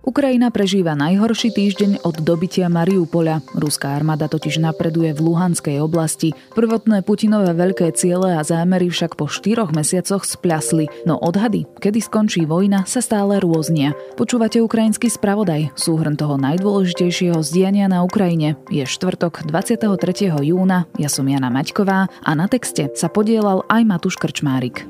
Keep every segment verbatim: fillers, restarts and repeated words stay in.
Ukrajina prežíva najhorší týždeň od dobitia Mariupoľa. Ruská armáda totiž napreduje v Luhanskej oblasti. Prvotné Putinové veľké ciele a zámery však po štyroch mesiacoch spľasli. No odhady, kedy skončí vojna, sa stále rôznia. Počúvate Ukrajinský spravodaj, súhrn toho najdôležitejšieho zdiania na Ukrajine. Je štvrtok dvadsiateho tretieho júna, ja som Jana Maťková a na texte sa podieľal aj Matúš Krčmárik.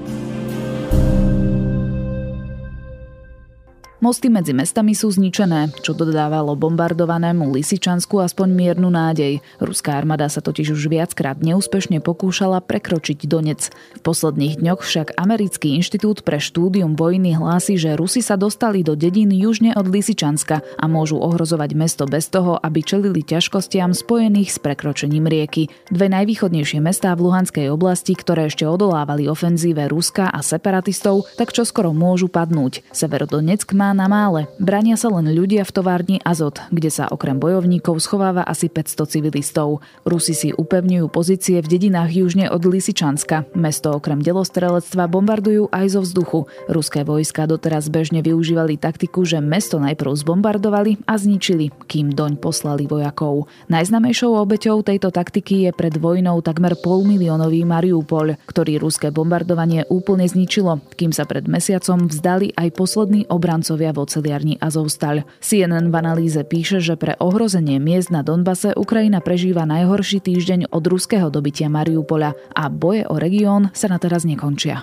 Mosty medzi mestami sú zničené, čo dodávalo bombardovanému Lysyčansku aspoň miernu nádej. Ruská armáda sa totiž už viackrát neúspešne pokúšala prekročiť Donec. V posledných dňoch však Americký inštitút pre štúdium vojny hlási, že Rusi sa dostali do dedín južne od Lysyčanska a môžu ohrozovať mesto bez toho, aby čelili ťažkostiam spojených s prekročením rieky. Dve najvýchodnejšie mestá v Luhanskej oblasti, ktoré ešte odolávali ofenzíve Ruska a separatistov, tak čoskoro môžu padnúť. Severodonetsk má na mále. Brania sa len ľudia v továrni Azot, kde sa okrem bojovníkov schováva asi päťsto civilistov. Rusi si upevňujú pozície v dedinách južne od Lysyčanska. Mesto okrem delostrelectva bombardujú aj zo vzduchu. Ruské vojská doteraz bežne využívali taktiku, že mesto najprv zbombardovali a zničili, kým doň poslali vojakov. Najznámejšou obeťou tejto taktiky je pred vojnou takmer polmiliónový Mariupol, ktorý ruské bombardovanie úplne zničilo, kým sa pred mesiacom vzdali aj poslední obrancovia v oceliarni Azovstal. C N N v analýze píše, že pre ohrozenie miest na Donbase Ukrajina prežíva najhorší týždeň od ruského dobitia Mariupoľa a boje o región sa na teraz nekončia.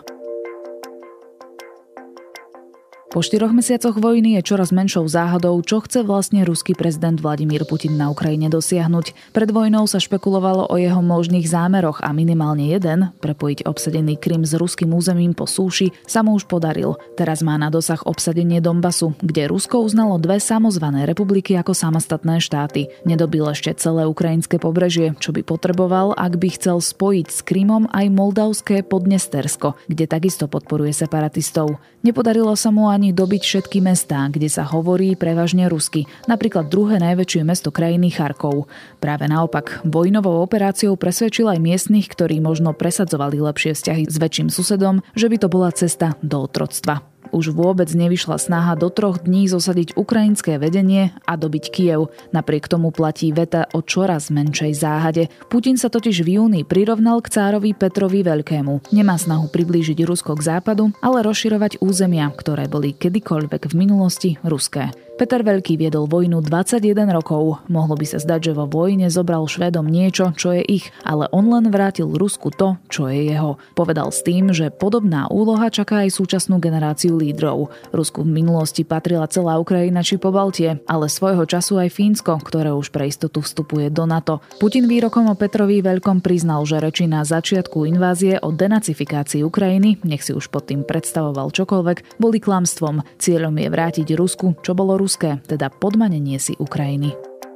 Po štyroch mesiacoch vojny je čoraz menšou záhadou, čo chce vlastne ruský prezident Vladimír Putin na Ukrajine dosiahnuť. Pred vojnou sa špekulovalo o jeho možných zámeroch a minimálne jeden, prepojiť obsadený Krym s ruským územím po súši, sa mu už podaril. Teraz má na dosah obsadenie Donbasu, kde Rusko uznalo dve samozvané republiky ako samostatné štáty. Nedobil ešte celé ukrajinské pobrežie, čo by potreboval, ak by chcel spojiť s Krymom aj moldavské Podnestersko, kde takisto podporuje separatistov. Nepodarilo sa mu ani dobiť všetky mestá, kde sa hovorí prevažne rusky, napríklad druhé najväčšie mesto krajiny Charkov. Práve naopak, vojnovou operáciou presvedčil aj miestnych, ktorí možno presadzovali lepšie vzťahy s väčším susedom, že by to bola cesta do otroctva. Už vôbec nevyšla snaha do troch dní zosadiť ukrajinské vedenie a dobiť Kyjev. Napriek tomu platí veta o čoraz menšej záhade. Putin sa totiž v júni prirovnal k cárovi Petrovi Veľkému. Nemá snahu priblížiť Rusko k západu, ale rozširovať územia, ktoré boli kedykoľvek v minulosti ruské. Peter Veľký viedol vojnu dvadsaťjeden rokov. Mohlo by sa zdať, že vo vojne zobral Švédom niečo, čo je ich, ale on len vrátil Rusku to, čo je jeho. Povedal s tým, že podobná úloha čaká aj súčasnú generáciu lídrov. Rusku v minulosti patrila celá Ukrajina či Pobaltie, ale svojho času aj Fínsko, ktoré už pre istotu vstupuje do NATO. Putin výrokom o Petrovi Veľkom priznal, že reči na začiatku invázie o denacifikácii Ukrajiny, nech si už pod tým predstavoval čokoľvek, boli klamstvom. Cieľom je vrátiť Rusku, čo bolo ruské, teda podmanenie si Ukrajiny.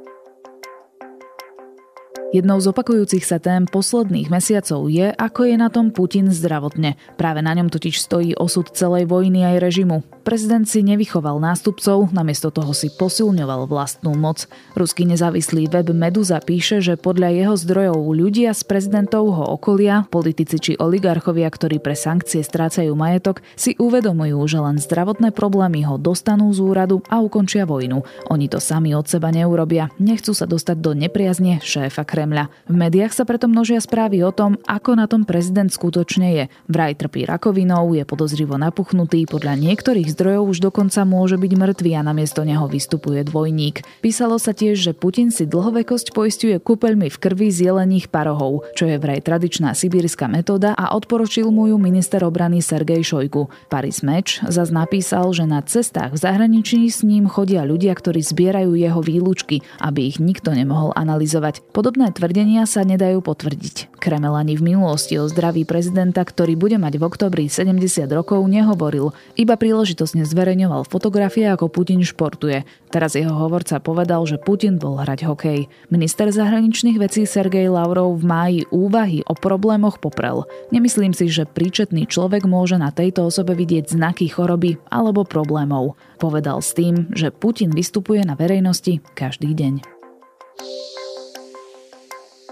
Jednou z opakujúcich sa tém posledných mesiacov je, ako je na tom Putin zdravotne. Práve na ňom totiž stojí osud celej vojny aj režimu. Prezident si nevychoval nástupcov, namiesto toho si posilňoval vlastnú moc. Ruský nezávislý web Meduza píše, že podľa jeho zdrojov ľudia z prezidentovho okolia, politici či oligarchovia, ktorí pre sankcie strácajú majetok, si uvedomujú, že len zdravotné problémy ho dostanú z úradu a ukončia vojnu. Oni to sami od seba neurobia, nechcú sa dostať do nepriazne šéfa Kremľa. V médiách sa preto množia správy o tom, ako na tom prezident skutočne je. Vraj trpí rakovinou, je podozrivo napuchnutý, podľa niektorých zdrojov už dokonca môže byť mŕtvý a namiesto neho vystupuje dvojník. Písalo sa tiež, že Putin si dlhovekosť poisťuje kúpeľmi v krvi z jelených parohov, čo je vraj tradičná sibírska metóda a odporučil mu ju minister obrany Sergej Šojgu. Paris Match zas napísal, že na cestách v zahraničí s ním chodia ľudia, ktorí zbierajú jeho výlučky, aby ich nikto nemohol analyzovať. Podobné tvrdenia sa nedajú potvrdiť. Kremel ani v minulosti o zdraví prezidenta, ktorý bude mať v októbri sedemdesiat rokov, nehovoril. Iba príležitosne zverejňoval fotografie, ako Putin športuje. Teraz jeho hovorca povedal, že Putin bol hrať hokej. Minister zahraničných vecí Sergej Lavrov v máji úvahy o problémoch poprel. Nemyslím si, že príčetný človek môže na tejto osobe vidieť znaky choroby alebo problémov. Povedal s tým, že Putin vystupuje na verejnosti každý deň.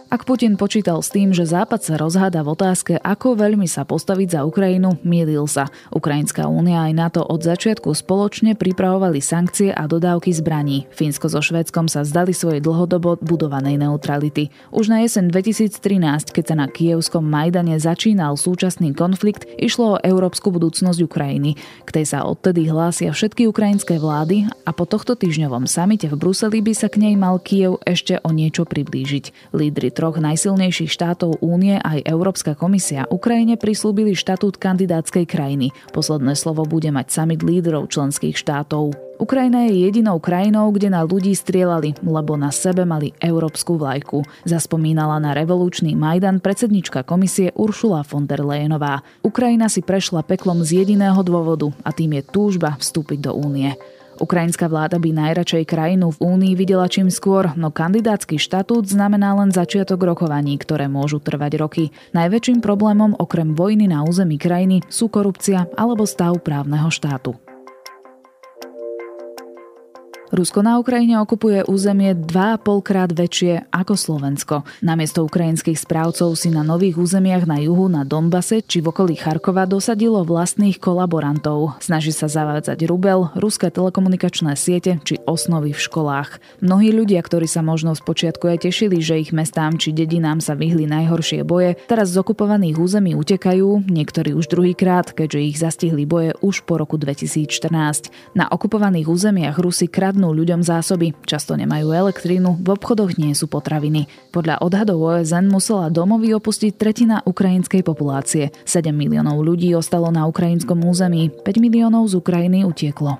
Ak Putin počítal s tým, že Západ sa rozháda v otázke, ako veľmi sa postaviť za Ukrajinu, mýlil sa. Ukrajinská únia aj NATO od začiatku spoločne pripravovali sankcie a dodávky zbraní. Fínsko so Švédskom sa zdali svojej dlhodobo budovanej neutrality. Už na jeseň dvetisíctrinásť, keď sa na kievskom Majdane začínal súčasný konflikt, išlo o európsku budúcnosť Ukrajiny. K tej sa odtedy hlásia všetky ukrajinské vlády a po tohto týždňovom samite v Bruseli by sa k nej mal Kyjev ešte o niečo priblížiť. Lídri troch najsilnejších štátov únie aj Európska komisia Ukrajine prislúbili štatút kandidátskej krajiny. Posledné slovo bude mať samit lídrov členských štátov. Ukrajina je jedinou krajinou, kde na ľudí strieľali, lebo na sebe mali európsku vlajku. Zaspomínala na revolučný Majdan predsednička komisie Ursula von der Leyenová. Ukrajina si prešla peklom z jediného dôvodu a tým je túžba vstúpiť do únie. Ukrajinská vláda by najradšej krajinu v Únii videla čím skôr, no kandidátsky štatút znamená len začiatok rokovaní, ktoré môžu trvať roky. Najväčším problémom okrem vojny na území krajiny sú korupcia alebo stav právneho štátu. Rusko na Ukrajine okupuje územie dva a pol krát väčšie ako Slovensko. Namiesto ukrajinských správcov si na nových územiach na juhu, na Donbase či v okolí Charkova dosadilo vlastných kolaborantov. Snaží sa zavádzať rubel, ruské telekomunikačné siete či osnovy v školách. Mnohí ľudia, ktorí sa možno spočiatku aj tešili, že ich mestám či dedinám sa vyhli najhoršie boje, teraz z okupovaných území utekajú, niektorí už druhýkrát, keďže ich zastihli boje už po roku dvetisícštrnásť. Na okupovaných územiach Rusi kradnú ľuďom zásoby, často nemajú elektrínu, v obchodoch nie sú potraviny. Podľa odhadov ó es en musela domovy opustiť tretina ukrajinskej populácie. sedem miliónov ľudí ostalo na ukrajinskom území, päť miliónov z Ukrajiny utieklo.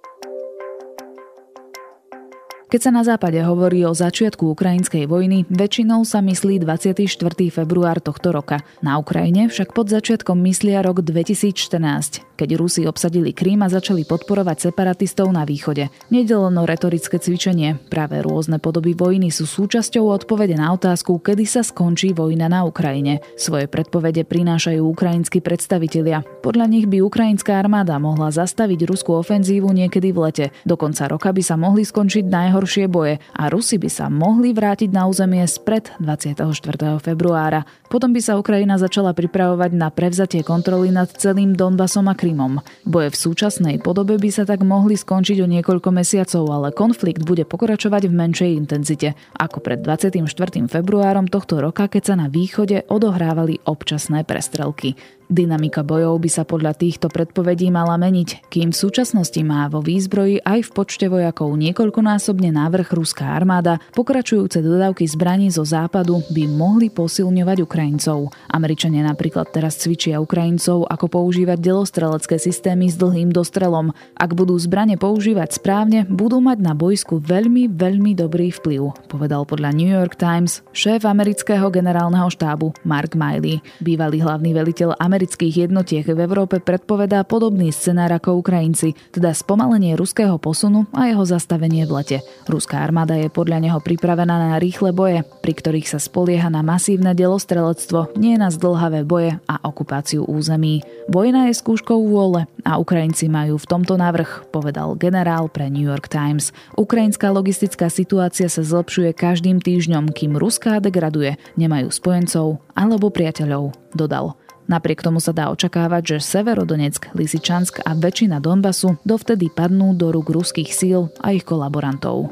Keď sa na západe hovorí o začiatku ukrajinskej vojny, väčšinou sa myslí dvadsiateho štvrtého február tohto roka. Na Ukrajine však pod začiatkom myslia rok dvetisícštrnásť, keď Rusi obsadili Krím a začali podporovať separatistov na východe. Nejde len o retorické cvičenie, práve rôzne podoby vojny sú súčasťou odpovede na otázku, kedy sa skončí vojna na Ukrajine. Svoje predpovede prinášajú ukrajinskí predstavitelia. Podľa nich by ukrajinská armáda mohla zastaviť ruskú ofenzívu niekedy v lete. Do konca roka by sa mohli skončiť najhoršie boje a Rusi by sa mohli vrátiť na územie spred dvadsiateho štvrtého februára. Potom by sa Ukrajina začala pripravovať na prevzatie kontroly nad celým Donbasom a Krymom. Boje v súčasnej podobe by sa tak mohli skončiť o niekoľko mesiacov, ale konflikt bude pokračovať v menšej intenzite, ako pred dvadsiatym štvrtým februárom tohto roka, keď sa na východe odohrávali občasné prestrelky. Dynamika bojov by sa podľa týchto predpovedí mala meniť, kým v súčasnosti má vo výzbroji aj v počte vojakov niekoľkonásobne návrh ruská armáda, pokračujúce dodávky zbraní zo západu by mohli posilňovať Ukrajincov. Američania napríklad teraz cvičia Ukrajincov, ako používať delostrelecké systémy s dlhým dostrelom. Ak budú zbrane používať správne, budú mať na bojsku veľmi, veľmi dobrý vplyv, povedal podľa New York Times šéf amerického generálneho štábu Mark Milley. Bývalý hlavný veliteľ amerických jednotiek v Európe predpovedá podobný scenár ako Ukrajinci, teda spomalenie ruského posunu a jeho zastavenie v lete. Ruská armáda je podľa neho pripravená na rýchle boje, pri ktorých sa spolieha na masívne delostrelectvo, nie na zdĺhavé boje a okupáciu území. Vojna je skúškou vôle a Ukrajinci majú v tomto navrh, povedal generál pre New York Times. Ukrajinská logistická situácia sa zlepšuje každým týždňom, kým ruská degraduje, nemajú spojencov alebo priateľov, dodal. Napriek tomu sa dá očakávať, že Severodonetsk, Lysyčansk a väčšina Donbasu dovtedy padnú do rúk ruských síl a ich kolaborantov.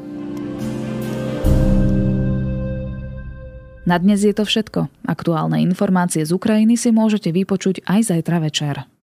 Na dnes je to všetko. Aktuálne informácie z Ukrajiny si môžete vypočuť aj zajtra večer.